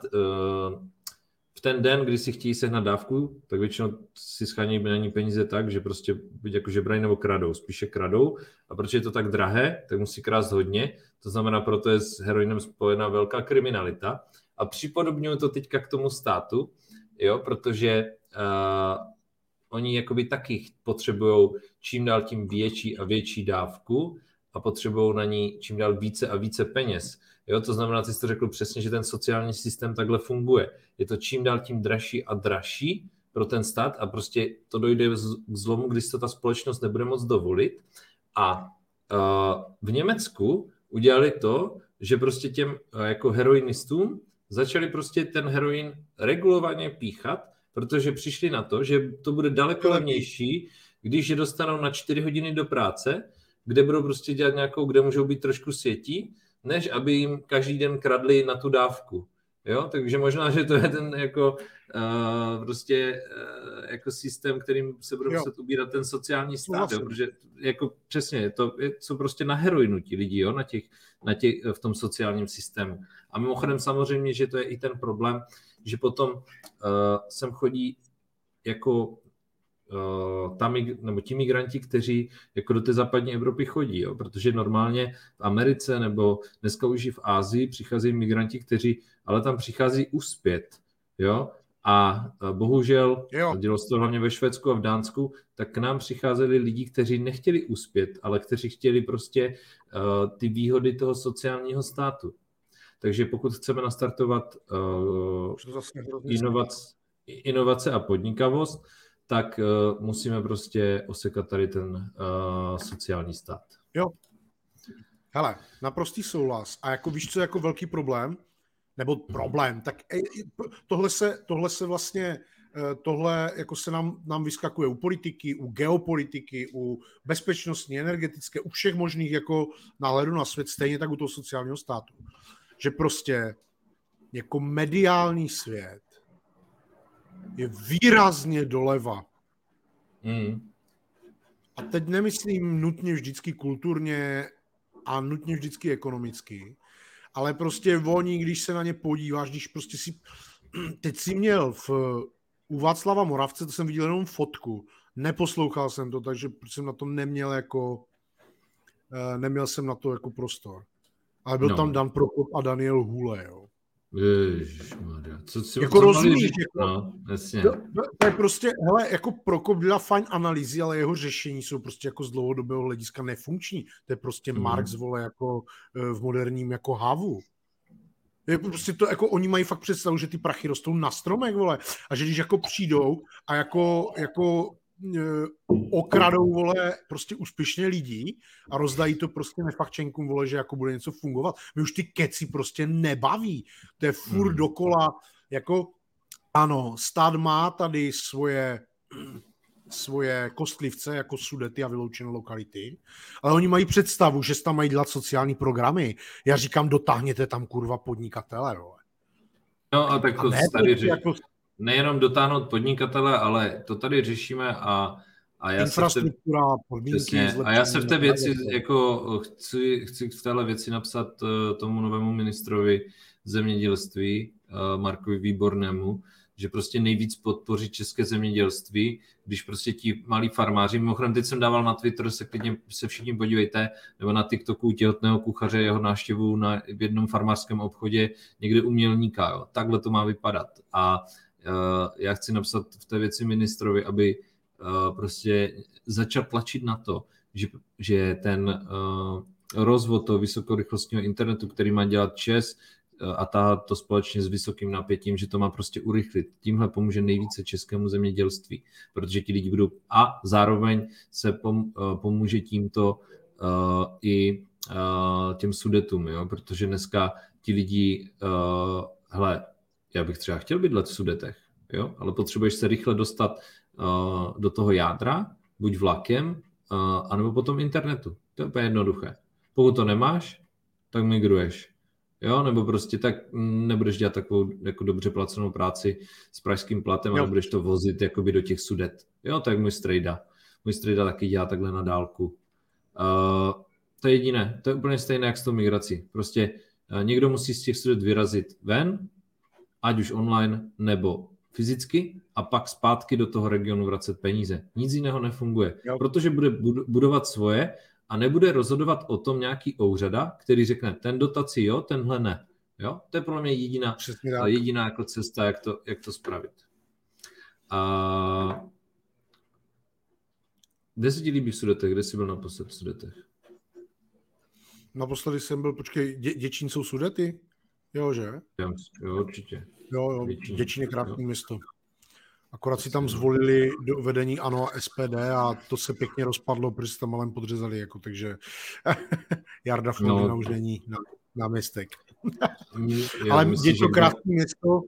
v ten den, kdy si chtějí sehnat dávku, tak většinou si schánějí na ní peníze tak, že prostě buď jako žebrají nebo kradou, spíše kradou. A protože je to tak drahé, tak musí krást hodně. To znamená, proto je s heroinem spojená velká kriminalita. A připodobňuji to teďka k tomu státu, jo, protože oni jakoby taky potřebují čím dál tím větší a větší dávku a potřebují na ní čím dál více a více peněz. Jo, to znamená, ty jsi to řekl přesně, že ten sociální systém takhle funguje. Je to čím dál tím dražší a dražší pro ten stát a prostě to dojde k zlomu, když se ta společnost nebude moc dovolit. A v Německu udělali to, že prostě těm jako heroinistům začali prostě ten heroin regulovaně píchat, protože přišli na to, že to bude daleko levnější, když je dostanou na 4 hodiny do práce, kde budou prostě dělat nějakou, kde můžou být trošku světí, než aby jim každý den kradli na tu dávku. Jo? Takže možná, že to je ten jako prostě jako systém, kterým se bude muset ubírat ten sociální stát, jo? Protože jako přesně, jsou prostě na heroinu ti lidi, jo? V tom sociálním systému. A mimochodem samozřejmě, že to je i ten problém, že potom sem chodí jako nebo ti migranti, kteří jako do té západní Evropy chodí, jo? Protože normálně v Americe nebo dneska už i v Asii přicházejí migranti, kteří ale tam přichází uspět, jo? A bohužel, dělo se to hlavně ve Švédsku a v Dánsku, tak k nám přicházeli lidi, kteří nechtěli uspět, ale kteří chtěli prostě ty výhody toho sociálního státu. Takže pokud chceme nastartovat inovace a podnikavost, tak musíme prostě osekat tady ten sociální stát. Jo. Hele, naprostý souhlas. A jako víš, co je jako velký problém? Nebo problém, tak tohle se vlastně, tohle jako se nám vyskakuje u politiky, u geopolitiky, u bezpečnostní, energetické, u všech možných jako náhledů na svět, stejně tak u toho sociálního státu. Že prostě jako mediální svět je výrazně doleva. Mm. A teď nemyslím nutně vždycky kulturně a nutně vždycky ekonomicky, ale prostě oni, když se na ně podíváš, když prostě si... Teď si měl u Václava Moravce, to jsem viděl jenom fotku, neposlouchal jsem to, takže jsem na to neměl jsem na to jako prostor. Ale byl tam Dan Prokop a Daniel Hůle, jo. Ježišmarja. Jako rozumíš, jako, no, jasně. To je prostě, hele, jako Prokop dělá fajn analýzy, ale jeho řešení jsou prostě jako z dlouhodobého hlediska nefunkční. To je prostě Marx, vole, jako v moderním jako havu. Je prostě to, jako oni mají fakt představu, že ty prachy rostou na stromech, vole, a že když jako přijdou a jako okradou, vole, prostě úspěšně lidí a rozdají to prostě nefakčenkům, vole, že jako bude něco fungovat. My už ty keci prostě nebaví. To je furt dokola, jako ano, stát má tady svoje kostlivce jako Sudety a vyloučené lokality, ale oni mají představu, že tam mají dělat sociální programy. Já říkám, dotáhněte tam kurva podnikatele, vole. No a tak to tady jako... nejenom dotáhnout podnikatele, ale to tady řešíme a já infrastruktura, podmínky, a já se v té věci jako chci v téhle věci napsat tomu novému ministrovi zemědělství Markovi Výbornému, že prostě nejvíc podpoří české zemědělství, když prostě ti malí farmáři, mimochodem teď jsem dával na Twitter, se všichni podívejte, nebo na TikToku těhotného kuchaře, jeho návštěvu v jednom farmářském obchodě někde u Mělníka, jo. Takhle to má vypadat. A já chci napsat v té věci ministrovi, aby prostě začal tlačit na to, že ten rozvod toho vysokorychlostního internetu, který má dělat ČEZ, a to společně s vysokým napětím, že to má prostě urychlit. Tímhle pomůže nejvíce českému zemědělství, protože ti lidi budou a zároveň se pomůže tímto i těm Sudetům, jo? Protože dneska ti lidi, hele, já bych třeba chtěl bydlet v Sudetech, jo? Ale potřebuješ se rychle dostat do toho jádra, buď vlakem, anebo potom internetu. To je úplně jednoduché. Pokud to nemáš, tak migruješ. Jo, nebo prostě tak nebudeš dělat takovou jako dobře placenou práci s pražským platem, ale budeš to vozit jakoby do těch Sudet. Jo, tak můj strejda. Můj strejda taky dělá takhle na dálku. To je jediné. To je úplně stejné jak s tou migrací. Prostě někdo musí z těch Sudet vyrazit ven, ať už online nebo fyzicky, a pak zpátky do toho regionu vracet peníze. Nic jiného nefunguje. Protože bude budovat svoje a nebude rozhodovat o tom nějaký úřada, který řekne, ten dotaci jo, tenhle ne. Jo? To je pro mě jediná jako cesta, jak to spravit. Kde se ti líbí v Sudetech? Kde jsi byl naposled v Sudetech? Naposledy jsem byl, Děčín jsou Sudety? Jo, že? Jo, určitě. Jo, Děčín je krásné město. Akorát si tam zvolili do vedení ANO a SPD a to se pěkně rozpadlo, protože se tam malem podřezali, jako, takže Jarda Folina už není náměstek. Ale je to krásné město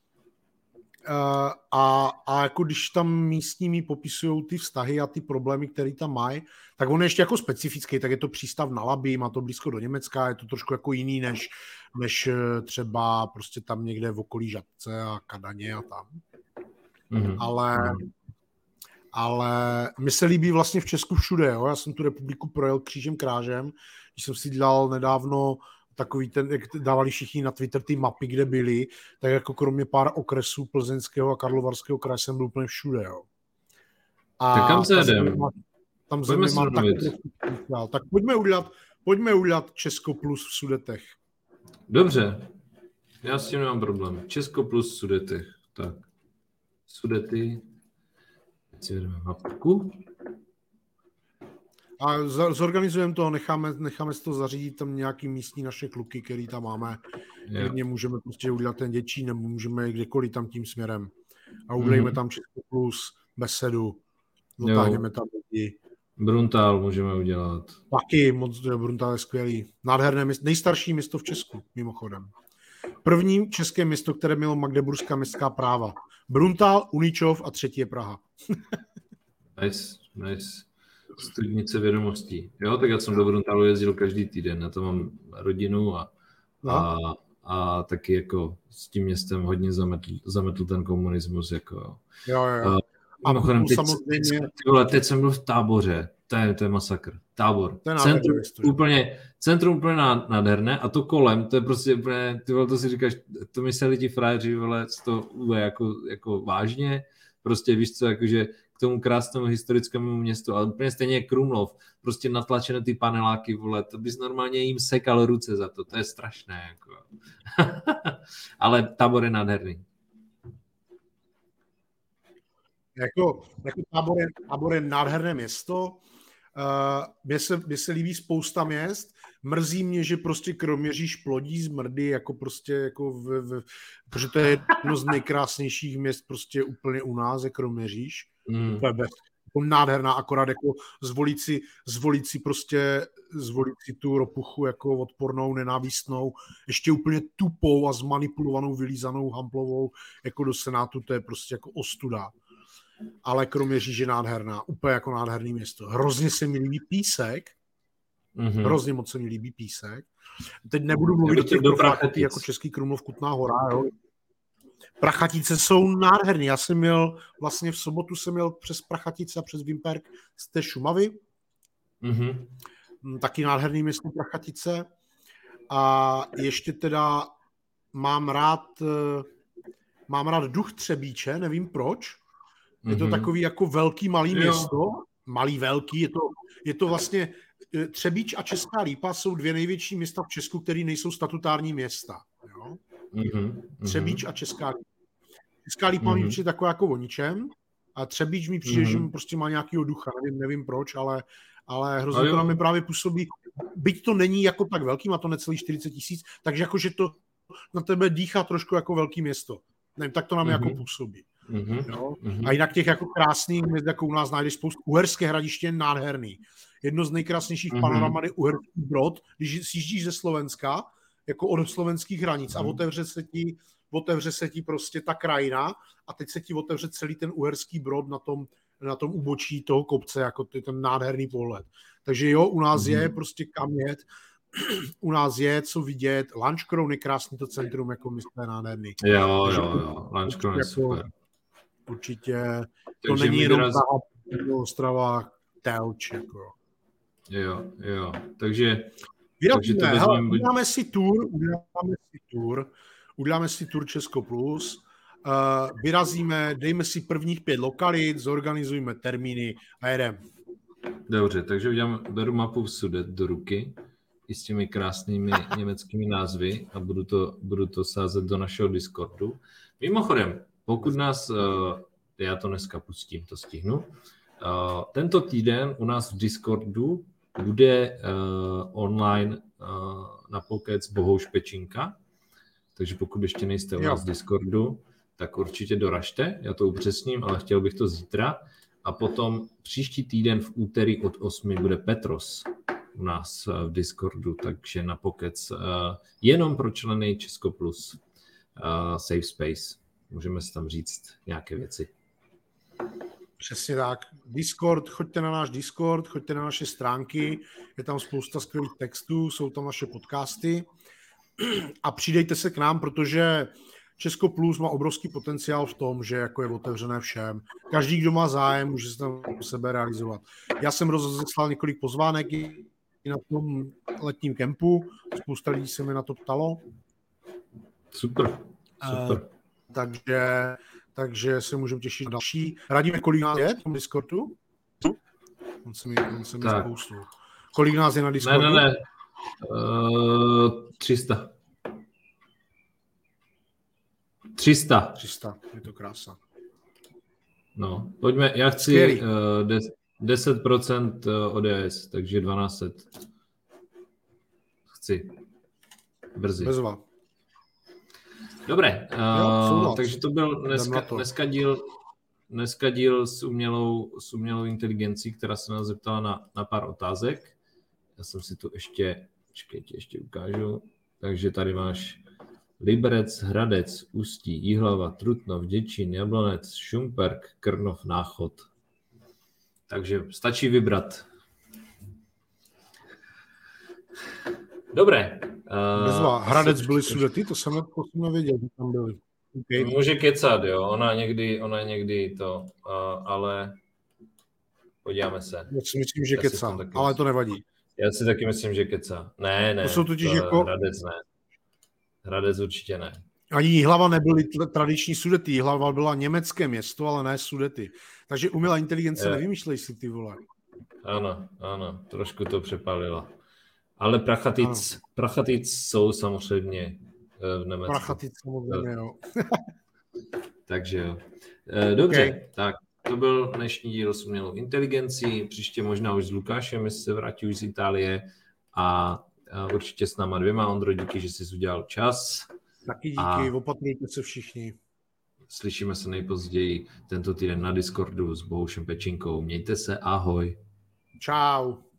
a jako když tam místními popisují ty vztahy a ty problémy, které tam mají, tak on je ještě jako specifický, tak je to přístav na Labi, má to blízko do Německa, je to trošku jako jiný, než třeba prostě tam někde v okolí Žatce a Kadaně a tam. Ale mi se líbí vlastně v Česku všude. Jo? Já jsem tu republiku projel křížem krážem, když jsem si dělal nedávno takový ten, jak dávali všichni na Twitter ty mapy, kde byli, tak jako kromě pár okresů Plzeňského a Karlovarského kraje jsem byl úplně všude. Jo? A tak kam se jdem? Tam země mám taky. Tak pojďme udělat Česko plus v Sudetech. Dobře, já s tím nemám problém. Česko plus v Sudetech. Tak. Sudety. Teď si jdeme mapku. A zorganizujeme to, necháme si to zařídit tam nějaký místní naše kluky, který tam máme. Klidně můžeme prostě udělat ten Děčín, nebo můžeme kdekoliv tam tím směrem. A udělejme tam Česko plus, besedu, dotáhneme tam lidi. Bruntál můžeme udělat. Taky, moc Bruntál je skvělý. Nádherné město, nejstarší město v Česku, mimochodem. První české město, které mělo magdeburská městská práva. Bruntál, Uničov a třetí je Praha. Nice. Studnice vědomostí. Jo, tak já jsem do Bruntálu jezdil každý týden. Na to mám rodinu a a taky jako s tím městem hodně zametl ten komunismus. Jako. Jo. A teď jsem byl v Táboře, to je masakr. Tábor. Centrum úplně nádherné a to kolem, to je prostě úplně, ty vole, to si říkáš, to mysleli ti frajeři, vole, to jako vážně, prostě víš co, jakože k tomu krásnému historickému městu, ale úplně stejně jak Krumlov, prostě natlačené ty paneláky, vole, to bys normálně jim sekal ruce za to je strašné, jako. Ale Tábor je nádherný. Jako Tábor je nádherné město. Mně se líbí spousta měst. Mrzí mě, že prostě Kroměříž plodí zmrdy, jako prostě jako protože to je jedno z nejkrásnějších měst prostě úplně u nás je Kroměříž. Jako nádherná, akorát jako zvolit si tu ropuchu jako odpornou, nenávistnou, ještě úplně tupou a zmanipulovanou, vylízanou Hamplovou jako do Senátu, to je prostě jako ostuda. Ale Kroměříž je nádherná, úplně jako nádherný město. Hrozně se mi líbí Písek, hrozně moc se mi líbí Písek. Teď nebudu mluvit o těch Prachatí, jako Český Krumlov, Kutná Hora. Jo. Prachatice jsou nádherný. Já jsem měl, vlastně v sobotu jsem měl přes Prachatice a přes Vimperk z té Šumavy. Taky nádherný město Prachatice. A ještě teda mám rád Duch Třebíče, nevím proč. Je to takový jako velký, malý město. Malý, velký. Je to vlastně Třebíč a Česká Lípa jsou dvě největší města v Česku, které nejsou statutární města. Jo? Třebíč a Česká Lípa. Česká Lípa mi přijde taková jako o ničem a Třebíč mi přijde, že prostě má nějakýho ducha. Nevím proč, ale hrozně to na mě právě působí. Byť to není jako tak velký, má to necelý 40 000, takže jakože to na tebe dýchá trošku jako velký město. Nevím, tak to na mě jako působí. A jinak těch jako krásných měst, jako u nás najdeš spoustu. Uherské Hradiště je nádherný. Jedno z nejkrásnějších panoramady Uherský Brod, když sjíždíš ze Slovenska, jako od slovenských hranic a otevře se ti prostě ta krajina a teď se ti otevře celý ten Uherský Brod na tom úbočí toho kopce, jako ten nádherný pohled. Takže jo, u nás je prostě kam jet, u nás je co vidět. Lanškroun je krásný, to centrum, jako město je nádherný. Jo, Lanškroun je super. Určitě to není jenom Ostrava, Telč. Jako. Jo. Takže uděláme si tour Česko Plus, vyrazíme, dejme si prvních 5 lokalit, zorganizujeme termíny a jedeme. Dobře, takže beru mapu Sudet do ruky i s těmi krásnými německými názvy a budu to sázet do našeho Discordu. Mimochodem, pokud nás, já to dneska pustím, to stihnu, tento týden u nás v Discordu bude online na pokec Bohouš Pečinka, takže pokud ještě nejste u nás v Discordu, tak určitě doražte, já to upřesním, ale chtěl bych to zítra. A potom příští týden v úterý od 8 bude Petros u nás v Discordu, takže na pokec jenom pro členy Česko Plus Safe Space. Můžeme si tam říct nějaké věci. Přesně tak. Discord, choďte na náš Discord, choďte na naše stránky, je tam spousta skvělých textů, jsou tam naše podcasty a přidejte se k nám, protože Česko Plus má obrovský potenciál v tom, že jako je otevřené všem. Každý, kdo má zájem, může se tam sebe realizovat. Já jsem rozeslal několik pozvánek i na tom letním kempu, spousta lidí se mi na to ptalo. Super. Takže se můžeme těšit na další. Radíme, kolik nás je v tom Discordu? On se mi spoustu. Kolik nás je na Discordu? Ne. 300. 300. Je to krása. No, pojďme, já chci 10% ODS, takže 1200. Chci. Brzy. Bezva. Dobré, takže to byl dneska díl s umělou inteligencí, která se nás zeptala na pár otázek. Já jsem si tu ještě ukážu. Takže tady máš Liberec, Hradec, Ústí, Jihlava, Trutnov, Děčín, Jablonec, Šumperk, Krnov, Náchod. Takže stačí vybrat. Dobré, Bezva. Hradec byli Sudety, to jsem nevěděl, že tam byli. Okay. Může kecat, jo, ona někdy to, ale podíváme se. Já si myslím, že kecá, ale to nevadí. Já si taky myslím, že kecá. Ne, to jsou totiž jako... Hradec ne. Hradec určitě ne. Ani Jihlava nebyly tradiční Sudety. Jihlava byla německé město, ale ne Sudety. Takže umělá inteligence nevymýšlej si, ty vole. Ano, trošku to přepálila. Ale Prachatic jsou samozřejmě v Německu. Prachatic samozřejmě, jo. Takže jo. Dobře, okay. Tak to byl dnešní díl s umělou inteligencí. Příště možná už s Lukášem, jestli se vrátí už z Itálie. A určitě s náma dvěma. Ondro, díky, že jsi udělal čas. Taky díky, opatrujte se všichni. Slyšíme se nejpozději tento týden na Discordu s Bohušem Pečinkou. Mějte se, ahoj. Čau.